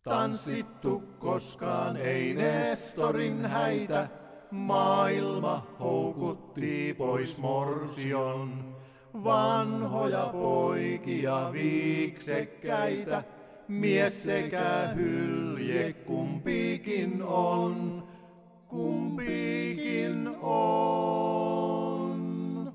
Tanssittu koskaan ei Nestorin häitä, maailma houkutti pois morsion. Vanhoja poikia viiksekkäitä, mies sekä hylje kumpikin on, kumpikin on.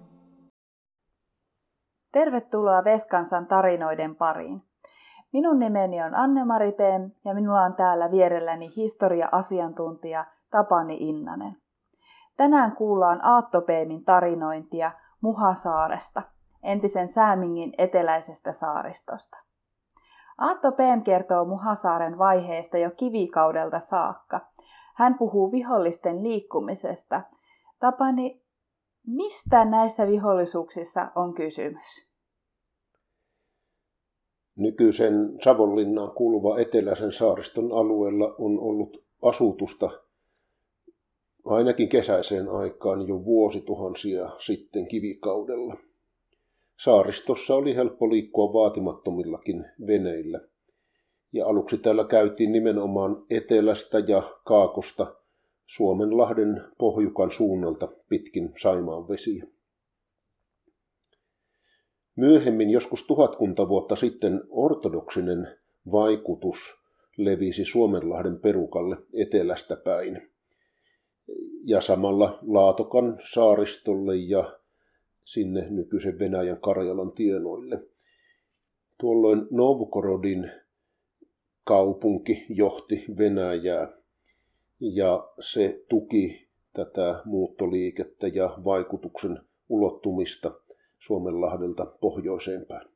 Tervetuloa Veskansan tarinoiden pariin. Minun nimeni on Anne-Mari Peem ja minulla on täällä vierelläni historia-asiantuntija Tapani Innanen. Tänään kuullaan Aatto Peemin tarinointia Muhasaaresta, entisen Säämingin eteläisestä saaristosta. Aatto Peem kertoo Muhasaaren vaiheesta jo kivikaudelta saakka. Hän puhuu vihollisten liikkumisesta. Tapani, mistä näissä vihollisuuksissa on kysymys? Nykyisen Savonlinnaan kuuluva eteläisen saariston alueella on ollut asutusta ainakin kesäiseen aikaan jo vuosituhansia sitten kivikaudella. Saaristossa oli helppo liikkua vaatimattomillakin veneillä. Ja aluksi täällä käytiin nimenomaan etelästä ja kaakosta Suomenlahden pohjukan suunnalta pitkin Saimaan vesiä. Myöhemmin, joskus 1000 vuotta sitten, ortodoksinen vaikutus levisi Suomenlahden perukalle etelästä päin ja samalla Laatokan saaristolle ja sinne nykyisen Venäjän Karjalan tienoille. Tuolloin Novgorodin kaupunki johti Venäjää ja se tuki tätä muuttoliikettä ja vaikutuksen ulottumista Suomenlahdelta pohjoiseen päin.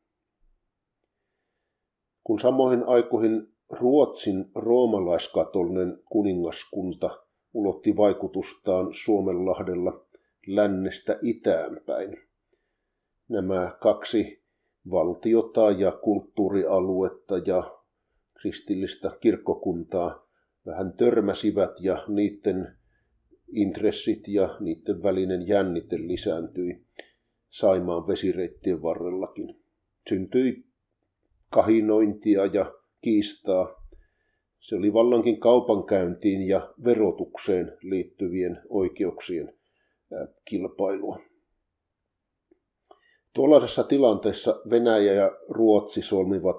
Kun samoihin aikoihin Ruotsin roomalaiskatolinen kuningaskunta ulotti vaikutustaan Suomenlahdella lännestä itään päin, nämä kaksi valtiota ja kulttuurialuetta ja kristillistä kirkkokuntaa vähän törmäsivät ja niiden intressit ja niiden välinen jännite lisääntyi Saimaan vesireittien varrellakin. Syntyi kahinointia ja kiistaa. Se oli vallankin kaupankäyntiin ja verotukseen liittyvien oikeuksien kilpailua. Tuollaisessa tilanteessa Venäjä ja Ruotsi solmivat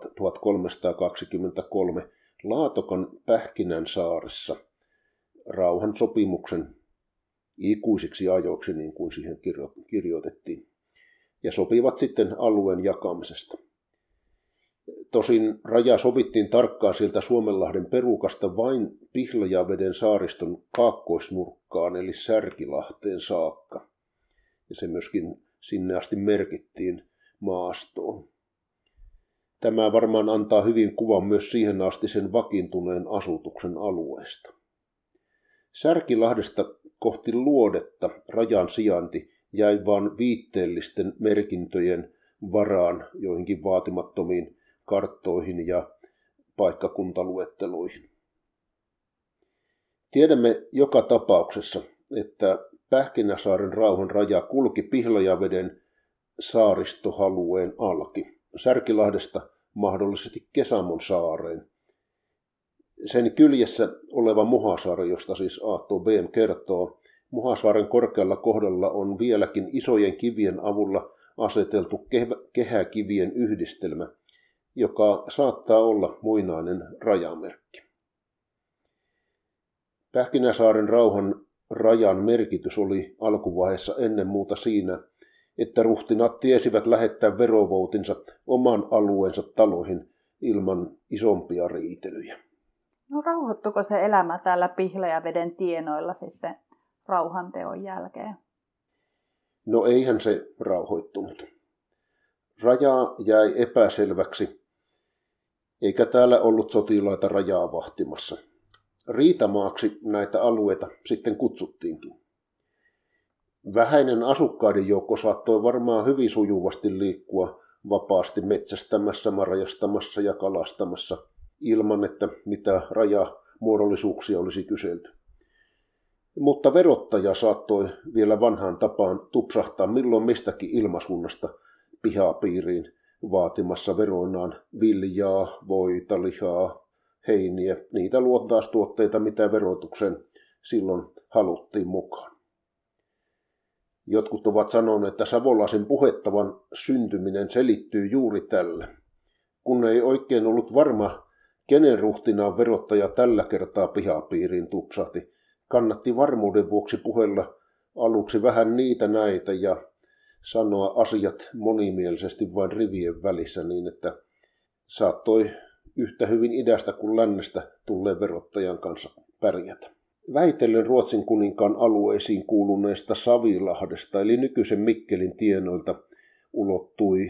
1323 Laatokan Pähkinänsaaressa rauhansopimuksen ikuisiksi ajoiksi, niin kuin siihen kirjoitettiin, ja sopivat sitten alueen jakamisesta. Tosin raja sovittiin tarkkaan sieltä Suomenlahden perukasta vain Pihlajaveden saariston kaakkoisnurkkaan eli Särkilahteen saakka, ja se myöskin sinne asti merkittiin maastoon. Tämä varmaan antaa hyvin kuvan myös siihen asti sen vakiintuneen asutuksen alueesta. Särkilahdesta kohti Luodetta rajan sijainti jäi vain viitteellisten merkintöjen varaan joihinkin vaatimattomiin karttoihin ja paikkakuntaluetteluihin. Tiedämme joka tapauksessa, että Pähkinäsaaren rauhan raja kulki Pihlajaveden saaristoalueen alki, Särkilahdesta mahdollisesti Kesamon saareen. Sen kyljessä oleva Muhasaari, josta siis Aatto Peem kertoo, Muhasaaren korkealla kohdalla on vieläkin isojen kivien avulla aseteltu kehäkivien yhdistelmä, joka saattaa olla muinainen rajamerkki. Pähkinäsaaren rauhan rajan merkitys oli alkuvaiheessa ennen muuta siinä, että ruhtinaat tiesivät lähettää verovoutinsa oman alueensa taloihin ilman isompia riitelyjä. No rauhoittuko se elämä täällä Pihlajaveden tienoilla sitten rauhanteon jälkeen? No eihän se rauhoittunut. Raja jäi epäselväksi, eikä täällä ollut sotilaita rajaa vahtimassa. Riitamaaksi näitä alueita sitten kutsuttiinkin. Vähäinen asukkaiden joukko saattoi varmaan hyvin sujuvasti liikkua vapaasti metsästämässä, marjastamassa ja kalastamassa ilman, että mitä rajamuodollisuuksia olisi kyselty. Mutta verottaja saattoi vielä vanhaan tapaan tupsahtaa milloin mistäkin ilmasuunnasta pihapiiriin vaatimassa veroinaan viljaa, voita, lihaa, heiniä, niitä luontaistuotteita, mitä verotuksen silloin haluttiin mukaan. Jotkut ovat sanoneet, että savolaisen puhettavan syntyminen selittyy juuri tällä. Kun ei oikein ollut varma, kenen ruhtinaan verottaja tällä kertaa pihapiiriin tupsahti, kannatti varmuuden vuoksi puhella aluksi vähän niitä näitä ja sanoa asiat monimielisesti vain rivien välissä niin, että saattoi yhtä hyvin idästä kuin lännestä tulleen verottajan kanssa pärjätä. Väitellen Ruotsin kuninkaan alueisiin kuuluneesta Savilahdesta eli nykyisen Mikkelin tienoilta ulottui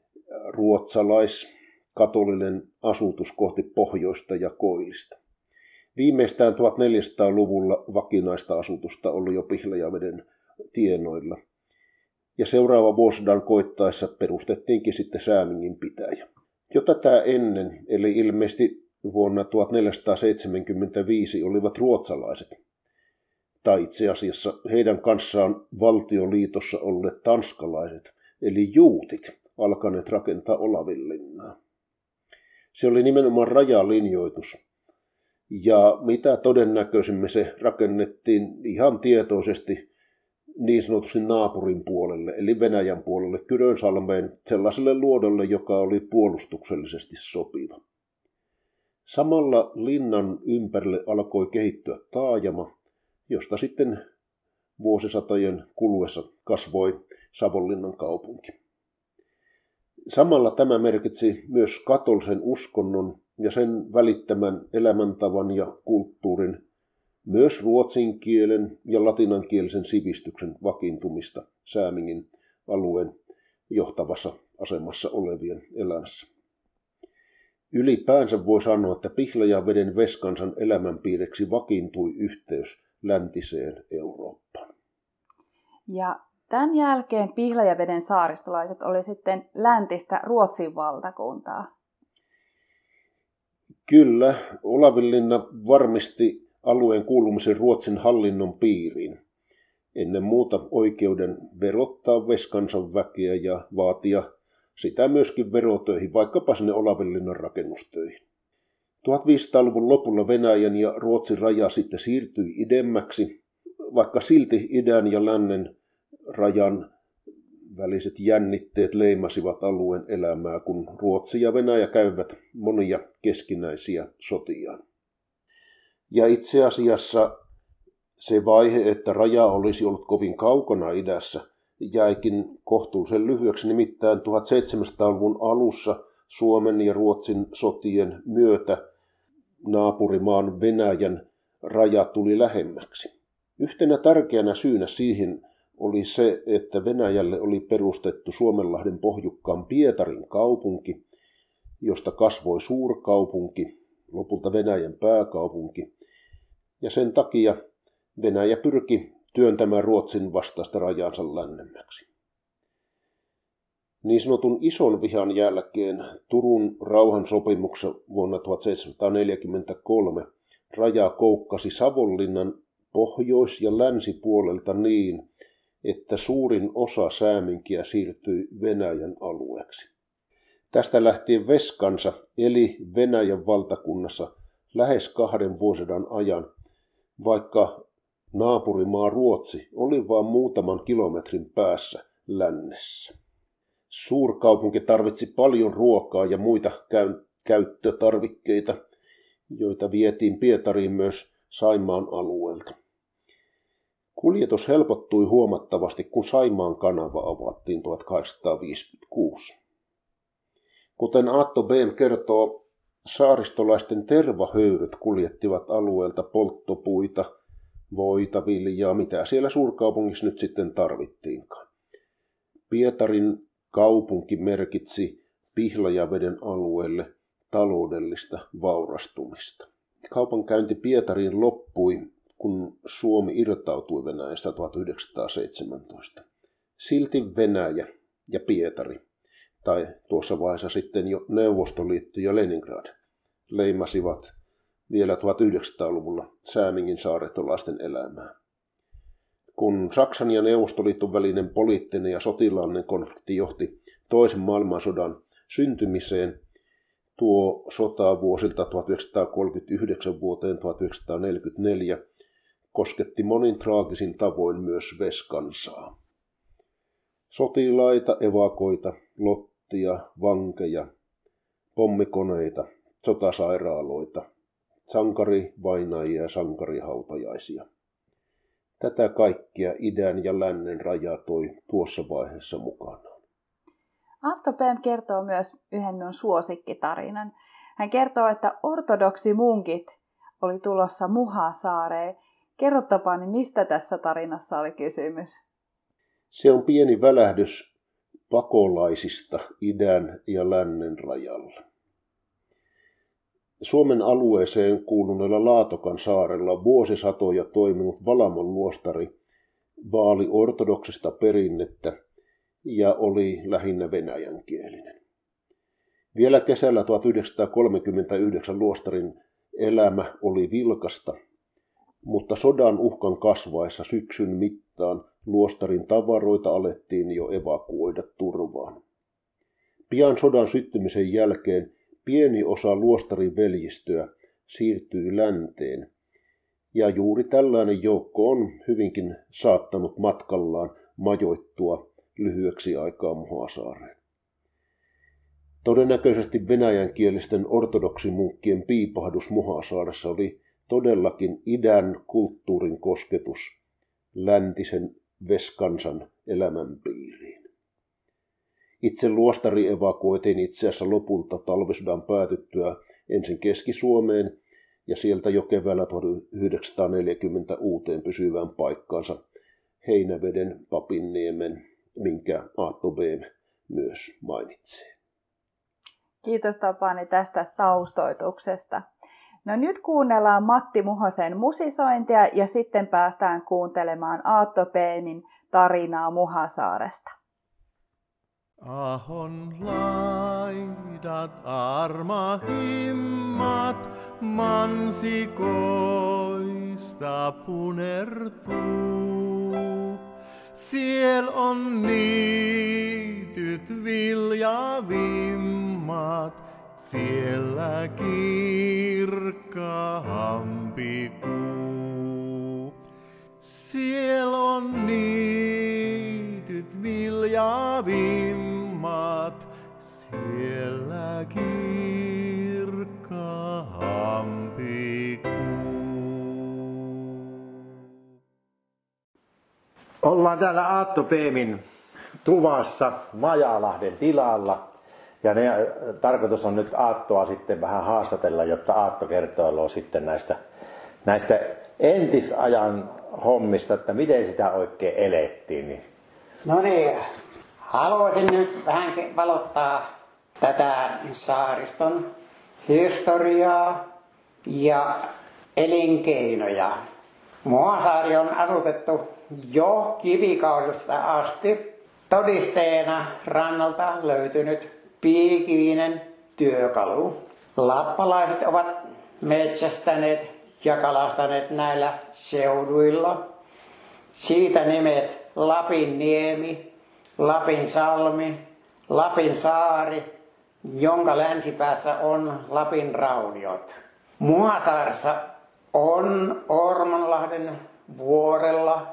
ruotsalais-katolinen asutus kohti pohjoista ja koillista. Viimeistään 1400-luvulla vakinaista asutusta oli jo Pihlajaveden tienoilla. Ja seuraava vuosisadan koittaessa perustettiinkin sitten Säämingin pitäjä. Jo tätä ennen, eli ilmeisesti vuonna 1475 olivat ruotsalaiset, tai itse asiassa heidän kanssaan valtioliitossa olleet tanskalaiset, eli juutit, alkaneet rakentaa Olavinlinnaa. Se oli nimenomaan rajalinjoitus, ja mitä todennäköisimmin se rakennettiin ihan tietoisesti niin sanotusti naapurin puolelle, eli Venäjän puolelle, Kyrönsalmeen, sellaiselle luodolle, joka oli puolustuksellisesti sopiva. Samalla linnan ympärille alkoi kehittyä taajama, josta sitten vuosisatojen kuluessa kasvoi Savonlinnan kaupunki. Samalla tämä merkitsi myös katolisen uskonnon ja sen välittämän elämäntavan ja kulttuurin, myös ruotsin kielen ja latinankielisen sivistyksen vakiintumista Säämingin alueen johtavassa asemassa olevien elämässä. Ylipäänsä voi sanoa, että Pihlajaveden veskansan elämänpiiriksi vakiintui yhteys läntiseen Eurooppaan. Ja tämän jälkeen Pihlajaveden saaristolaiset oli sitten läntistä Ruotsin valtakuntaa. Kyllä, Olavinlinna varmisti alueen kuulumisen Ruotsin hallinnon piiriin. Ennen muuta oikeuden verottaa veskansan väkeä ja vaatia sitä myöskin verotöihin, vaikkapa sinne Olavinlinnan rakennustöihin. 1500-luvun lopulla Venäjän ja Ruotsin raja sitten siirtyi idemmäksi, vaikka silti idän ja lännen rajan väliset jännitteet leimasivat alueen elämää, kun Ruotsi ja Venäjä käyvät monia keskinäisiä sotiaan. Ja itse asiassa se vaihe, että raja olisi ollut kovin kaukana idässä, jäikin kohtuullisen lyhyeksi, nimittäin 1700-luvun alussa Suomen ja Ruotsin sotien myötä naapurimaan Venäjän raja tuli lähemmäksi. Yhtenä tärkeänä syynä siihen oli se, että Venäjälle oli perustettu Suomenlahden pohjukkaan Pietarin kaupunki, josta kasvoi suurkaupunki, lopulta Venäjän pääkaupunki, ja sen takia Venäjä pyrki työntämään Ruotsin vastaista rajansa lännemmäksi. Niin sanotun ison vihan jälkeen Turun rauhansopimuksessa vuonna 1743 raja koukkasi Savonlinnan pohjois- ja länsipuolelta niin, että suurin osa Sääminkiä siirtyi Venäjän alueeksi. Tästä lähtien veskansa eli Venäjän valtakunnassa lähes 2 vuosisadan ajan, vaikka naapurimaa Ruotsi oli vain muutaman kilometrin päässä lännessä. Suurkaupunki tarvitsi paljon ruokaa ja muita käyttötarvikkeita, joita vietiin Pietariin myös Saimaan alueelta. Kuljetus helpottui huomattavasti, kun Saimaan kanava avattiin 1856. Kuten Aatto Behm kertoo, saaristolaisten tervahöyryt kuljettivat alueelta polttopuita, voita, viljaa, mitä siellä suurkaupungissa nyt sitten tarvittiinkaan. Pietarin kaupunki merkitsi Pihlajaveden alueelle taloudellista vaurastumista. Kaupankäynti Pietariin loppui, kun Suomi irtautui Venäjästä 1917. Silti Venäjä ja Pietari, tai tuossa vaiheessa sitten jo Neuvostoliitto ja Leningrad, leimasivat vielä 1900-luvulla Säämingin saaretolaisten elämää. Kun Saksan ja Neuvostoliiton välinen poliittinen ja sotilaallinen konflikti johti toisen maailmansodan syntymiseen, Tuo sota vuosilta 1939 vuoteen 1944 kosketti monin traagisin tavoin myös Veskansaa. Sotilaita, evakoita, lottia, vankeja, pommikoneita, sotasairaaloita, sankarivainajia ja sankarihautajaisia. Tätä kaikkia idän ja lännen raja toi tuossa vaiheessa mukanaan. Antto Peem kertoo myös yhden minun suosikkitarinan. Hän kertoo, että ortodoksimunkit oli tulossa Muhasaareen. Kerro Tapani, mistä tässä tarinassa oli kysymys? Se on pieni välähdys pakolaisista idän ja lännen rajalla. Suomen alueeseen kuuluneella Laatokan saarella vuosisatoja toiminut Valamon luostari vaali ortodoksista perinnettä ja oli lähinnä venäjänkielinen. Vielä kesällä 1939 luostarin elämä oli vilkasta, mutta sodan uhkan kasvaessa syksyn mittaan luostarin tavaroita alettiin jo evakuoida turvaan. Pian sodan syttymisen jälkeen pieni osa luostarin veljistöä siirtyi länteen, ja juuri tällainen joukko on hyvinkin saattanut matkallaan majoittua lyhyeksi aikaa Muhasaareen. Todennäköisesti venäjänkielisten ortodoksimunkkien piipahdus Muhasaaressa oli todellakin idän kulttuurin kosketus läntisen Veskansan elämänpiiriin. Itse luostari evakuoitiin itse asiassa lopulta talvisodan päätyttyä ensin Keski-Suomeen ja sieltä jo keväällä 1940 uuteen pysyvään paikkaansa Heinäveden Papinniemen, minkä Aatto Behm myös mainitsee. Kiitos Tapani tästä taustoituksesta. No nyt kuunnellaan Matti Muhosen musisointia ja sitten päästään kuuntelemaan Aatto Behmin tarinaa Muhasaaresta. Ahon laidat armahimmat mansikoista punertuu. Siel on niityt viljavimmat, siellä kirkkaampi kuu. Siel on niityt viljavimmat, siellä kirkkaampi kuu. Ollaan täällä Aatto Behmin tuvassa Majalahden tilalla. Ja tarkoitus on nyt Aattoa sitten vähän haastatella, jotta Aatto kertoo sitten näistä entisajan hommista, että miten sitä oikein elettiin. No niin, haluaisin nyt vähän valottaa tätä saariston historiaa ja elinkeinoja. Muhasaari on asutettu jo kivikaudesta asti. Todisteena rannalta löytynyt piikivinen työkalu. Lappalaiset ovat metsästäneet ja kalastaneet näillä seuduilla. Siitä nimet Lapinniemi, Lapinsalmi, Lapinsaari, jonka länsipäässä on Lapin rauniot. Muhasaaressa on Ormonlahden vuorella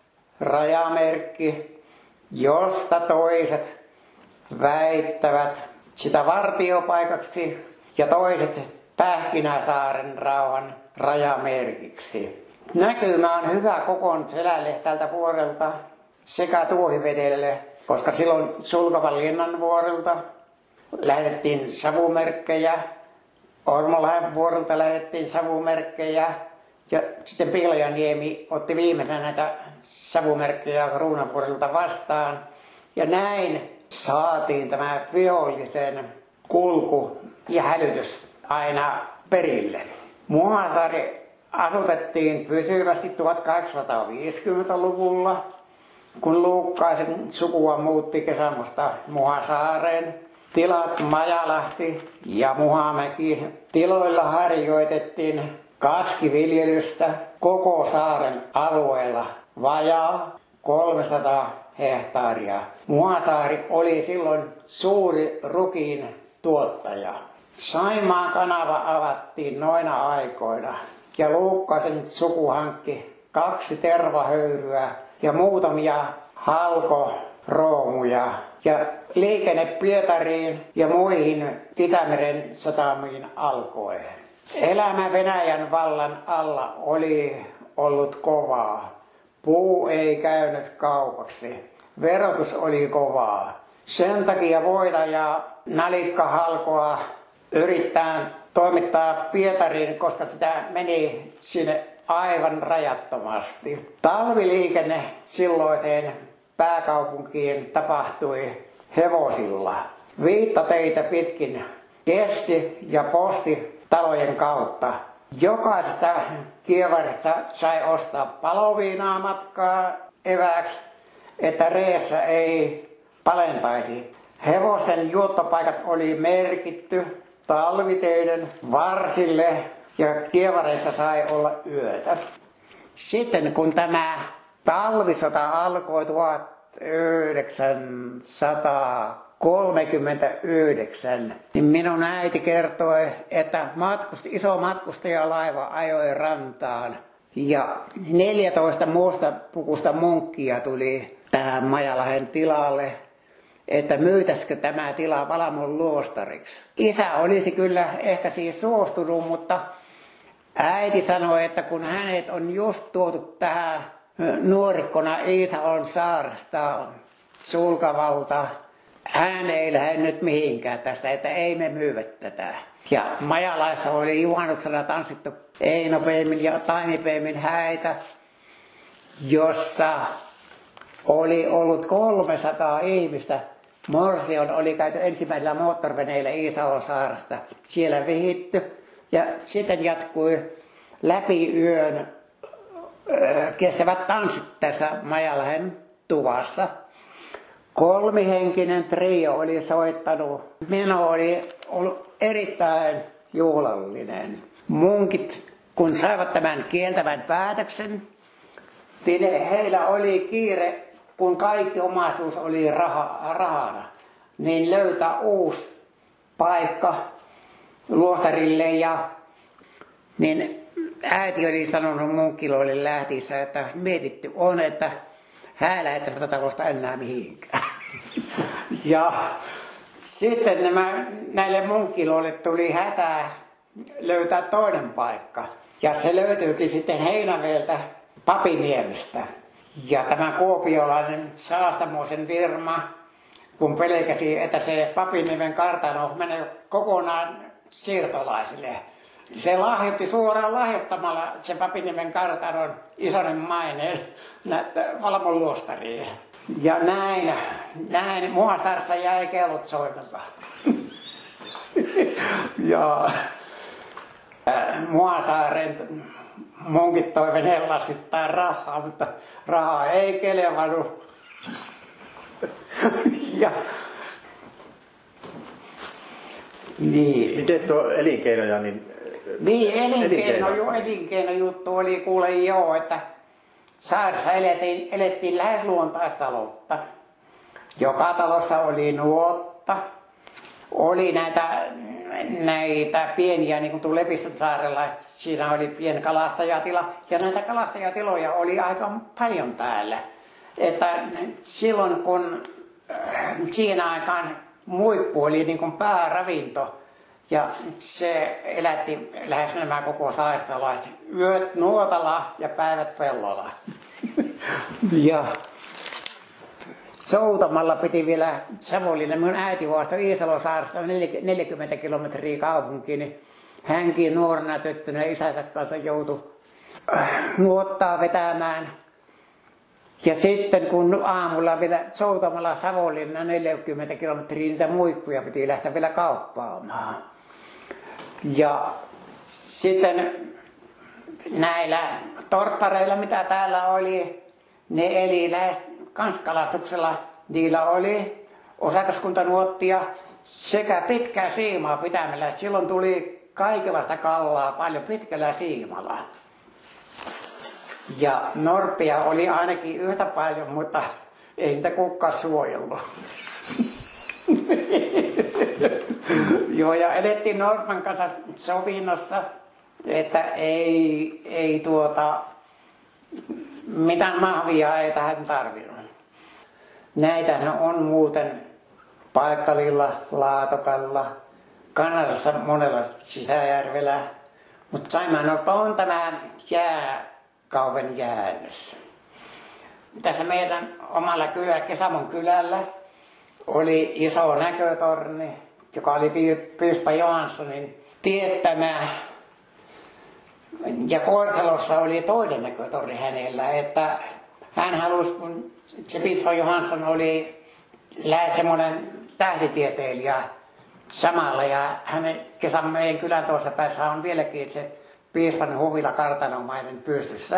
rajamerkki, josta toiset väittävät sitä vartiopaikaksi ja toiset Pähkinäsaaren rauhan rajamerkiksi. Näkymä on hyvä kokon selälle tältä vuorelta sekä Tuohivedelle, koska silloin Sulkavan linnan vuorelta lähetettiin savumerkkejä, Ormonlahden vuorelta lähetettiin savumerkkejä ja sitten Pihlajaniemi otti viimeisenä näitä savumerkkejä Kruunanvuorelta vastaan. Ja näin saatiin tämä vihollisen kulku ja hälytys aina perille. Muhasaari asutettiin pysyvästi 1850-luvulla, kun Luukkaisen sukua muutti Kesämosta Muhasaareen. Tilat Majalahti ja Muhamäki. Tiloilla harjoitettiin kaskiviljelystä koko saaren alueella vajaa 300 hehtaaria. Muhasaari oli silloin suuri rukiin tuottaja. Saimaan kanava avattiin noina aikoina ja Luukkasen suku hankki 2 tervahöyryä ja muutamia halkoroomuja. Ja liikenne Pietariin ja muihin Itämeren satamiin alkoi. Elämä Venäjän vallan alla oli ollut kovaa. Puu ei käynyt kaupaksi. Verotus oli kovaa. Sen takia voita ja nalikkahalkoa yrittää toimittaa Pietariin, koska sitä meni sinne aivan rajattomasti. Talviliikenne silloiseen pääkaupunkiin tapahtui hevosilla. Viittateitä pitkin kesti ja posti talojen kautta. Jokaisesta kievarista sai ostaa paloviinaa matkaa evääksi, että reessä ei palentaisi. Hevosen juottopaikat oli merkitty talviteiden varsille ja kievareissa sai olla yötä. Sitten kun tämä talvisota alkoi 1939, niin minun äiti kertoi, että iso matkustajalaiva ajoi rantaan ja 14 muusta pukusta munkkia tuli tähän Majalahden tilalle, että myytäisikö tämä tila Valamon luostariksi. Isä olisi kyllä ehkä siis suostunut, mutta äiti sanoi, että kun hänet on just tuotu tähän nuorikkona Iisalon saaresta Sulkavalta, hän ei lähde nyt mihinkään tästä, että ei me myyvä tätä. Ja Majalaissa oli juhannuksena tanssittu Eino Peimin ja Taimi Peimin häitä, jossa oli ollut 300 ihmistä. Morsion oli käyty ensimmäisellä moottoriveneillä Iisalon saaresta. Siellä vihitty ja sitten jatkui läpi yön kestävät tanssit tässä Majalahden tuvassa. 3-henkinen trio oli soittanut. Meno oli ollut erittäin juhlallinen. Munkit, kun saivat tämän kieltävän päätöksen, niin heillä oli kiire, kun kaikki omaisuus oli rahana, niin löytää uusi paikka luostarille. Ja niin äiti oli sanonut munkkiloille lähtiessä, että mietitty on, että hän ei lähetä tätä talosta enää mihinkään. Ja sitten näille munkkiloille tuli hätää löytää toinen paikka. Ja se löytyykin sitten Heinäveeltä Papiniemestä. Ja tämä kuopiolainen Saastamoisen firma, kun pelkäsi, että se Papiniemen kartano menee kokonaan siirtolaisille, se lahjoitti suoraan lahjoittamalla se Papiniemen kartanon isoinen maineen Valamon luostariin. Ja näin Muhasaaressa jäi kellot soimassa. Ja Muhasaaren munkit toi veneen laskittaa rahaa, mutta rahaa ei kelevannut. Ja niin. Miten tuo elinkeinoja, niin elinkeinojuttu oli kuule joo, että saaressa elettiin lähes luontaistaloutta. Joka talossa oli nuotta, oli näitä pieniä, niin kuin tuolla Lepistön saarella, että siinä oli pieni kalastajatila. Ja näitä kalastajatiloja oli aika paljon täällä. Että silloin kun siinä aikaan muikku oli niin kuin pääravinto, ja se elätti lähes nämä koko saartalaiset. Yöt nuotalla ja päivät pellolla. Ja Soutamalla piti vielä Savonlinna. Minun äiti vaastoi Iisalosaaresta 40 kilometriä kaupunkiin, niin hänkin nuorena tyttönä isänsä kanssa joutui nuottaa vetämään. Ja sitten kun aamulla vielä Soutamalla Savonlinna 40 kilometriä, niitä muikkuja piti lähteä vielä kauppaamaan. Ja sitten näillä torppareilla, mitä täällä oli, ne eli kanskalastuksella. Niillä oli osakaskuntanuottia sekä pitkää siimaa pitämällä. Silloin tuli kaikenlaista kallaa paljon pitkällä siimalla. Ja norppia oli ainakin yhtä paljon, mutta ei niitä kukaan suojellut. Joo, ja elettiin Norman kanssa sovinnossa, että ei mitään mahvia ei tähän tarvinnut. Näitähän on muuten Paikkalilla, Laatokalla, Kanadassa monella Sisäjärvellä, mutta Saimaannorppa on tämä jääkauden jäännös. Tässä meidän omalla Kesamon kylällä oli iso näkötorni, joka oli piispa Johanssonin teettämä. Ja Korkelossa oli toinen näkötorni hänellä, että hän halusi, kun se piispa Johansson oli lähes semmoinen tähtitieteilijä samalla, ja hänen meidän kylän toisessa päässä on vieläkin se piispan huvila kartanomainen pystyssä.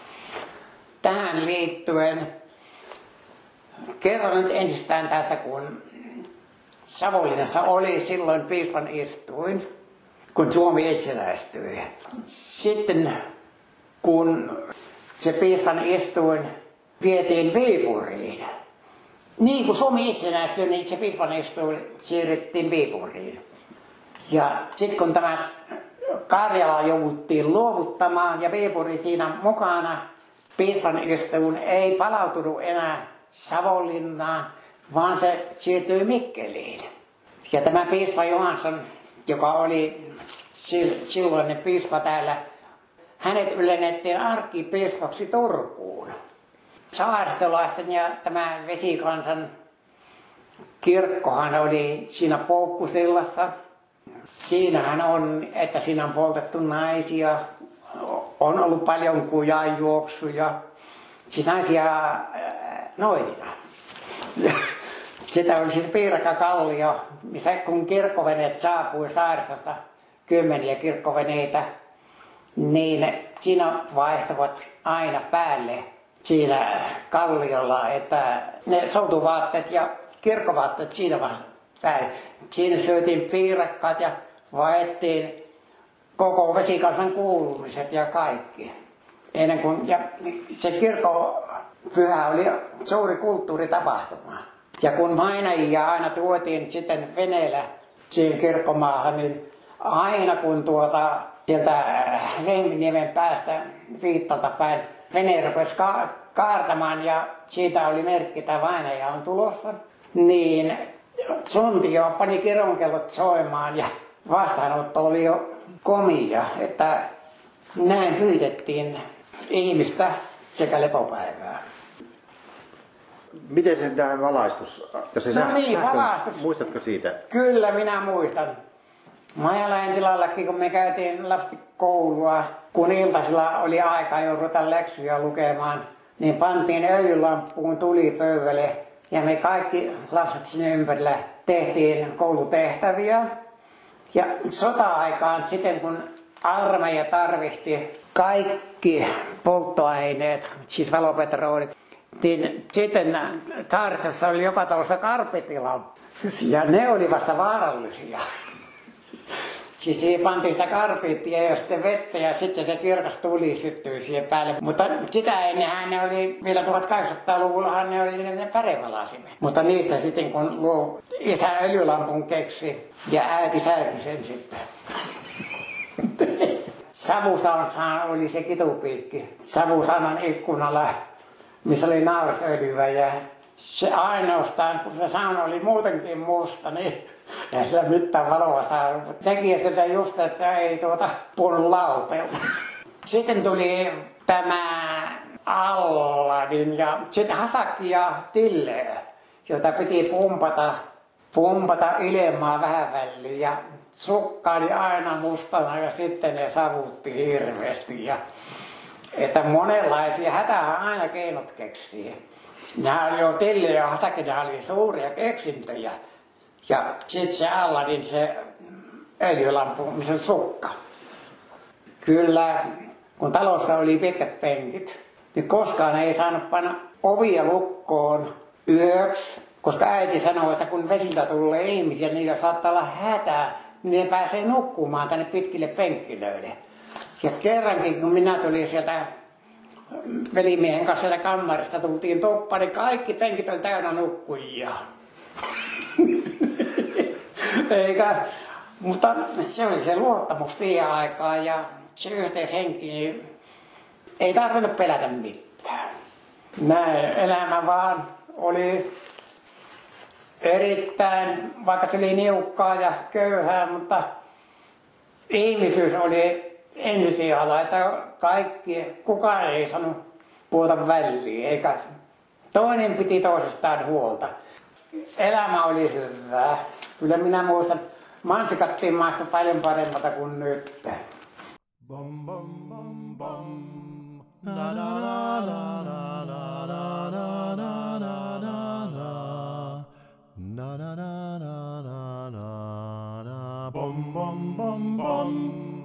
Tähän liittyen kerron nyt ensistään tästä, kun Savonlinnassa oli silloin piispan istuin, kun Suomi itsenäistyi. Sitten kun se piispan istuin vietiin Viipuriin, niin kuin Suomi itsenäistyi, niin se piispan istuin siirrettiin Viipuriin. Ja sitten kun tämä Karjala jouduttiin luovuttamaan ja Viipuri siinä mukana, piispan istuin ei palautunut enää Savonlinnaan, vaan se siirtyi Mikkeliin. Ja tämä piispa Johansson, joka oli silloinen piispa täällä, hänet ylennettiin arkkipiispaksi Turkuun. Saaristolaisten ja tämä Vesikansan kirkkohan oli siinä Poukkusillassa. Siinähän on, että siinä on poltettu naisia, on ollut paljon kujanjuoksuja, siis naisia noidina. Sitä oli siis Piirakkakallio, missä kun kirkkoveneet saapui saaristosta, 10 kirkkoveneitä, niin siinä vaihtuvat aina päälle siinä kalliolla, että ne soutuvaatteet ja kirkkovaatteet siinä päälle. Siinä syötiin piirakkaat ja vaihdettiin koko Vesikansan kuulumiset ja kaikki. Ennen kuin, ja se kirkkopyhä oli suuri kulttuuritapahtuma. Ja kun vainajia aina tuotiin sitten veneellä siihen kirkkomaahan, niin aina kun sieltä Lempiniemen päästä Viittalta päin vene rupesi kaartamaan ja siitä oli merkki, että vainaja on tulossa, niin Suntio pani kironkellot soimaan ja vastaanotto oli jo komia, että näin pyytettiin ihmistä sekä lepopäivää. Miten se tämä valaistus? Valaistus. Muistatko siitä? Kyllä, minä muistan. Majalain tilallakin, kun me käytiin koulua, kun iltasilla oli aika jo ruveta läksyjä lukemaan, niin pantiin öljylamppuun tulipöydälle ja me kaikki lapset sinne ympärillä tehtiin koulutehtäviä. Ja sota-aikaan sitten, kun armeija tarvitsi kaikki polttoaineet, siis valopetrolit, niin sitten Saaristassa oli joka talossa karpitila ja ne oli vasta vaarallisia. Siis siihen pantiin sitä karpiittia ja sitten vettä ja sitten se kirkas tuli syttyi siihen päälle. Mutta sitä ennenhän ne oli, vielä 1800-luvullahan ne oli ne pärevalasimet. Mutta niistä sitten kun isä öljylampun keksi ja äiti sääti sen sitten. Savusaunassahan oli se kitupiikki. Savusaunan ikkunalla, missä oli naurasöljyä ja se ainoastaan, kun se sauna oli muutenkin musta, niin ei sillä mitään valoa saanut. Teki sitä just, että ei puhunut lauteelta. Sitten tuli tämä Alladin ja sitten Hasakki ja Tille, jota piti pumpata ilmaa vähän väliin. Ja sukka oli aina mustana ja sitten ne savutti hirveästi. Ja, että monenlaisia hätähän aina keinot keksii. Nämä oli jo Tille ja Hasakki, nämä oli suuria keksintöjä. Ja sitten se Alladin se öljylampu, se sukka. Kyllä, kun talossa oli pitkät penkit, niin koskaan ei saanut panna ovia lukkoon yöksi, koska äiti sanoi, että kun vesiltä tulee ihmisiä, niillä saattaa olla hätää, niin ne pääsee nukkumaan tänne pitkille penkkilöille. Ja kerrankin, kun minä tulin sieltä velimiehen kanssa sieltä kammarista, tultiin toppaan, niin kaikki penkit oli täynnä nukkujia. Eikä, mutta se oli se luottamus siihen aikaan ja se yhteishenki, niin ei tarvinnut pelätä mitään. Näin elämä vaan oli erittäin, vaikka se oli niukkaa ja köyhää, mutta ihmisyys oli ensisijalla, että kukaan ei saanut puhuta väliin, eikä toinen piti toisestaan huolta. Elämä oli hyvää. Kyllä minä muistan, mansikattiin maista paljon paremmalta kuin nyt. Bum bum bum bum. Na na na na na na na na na na na. Na na na na na na na. Bum bum bum bum.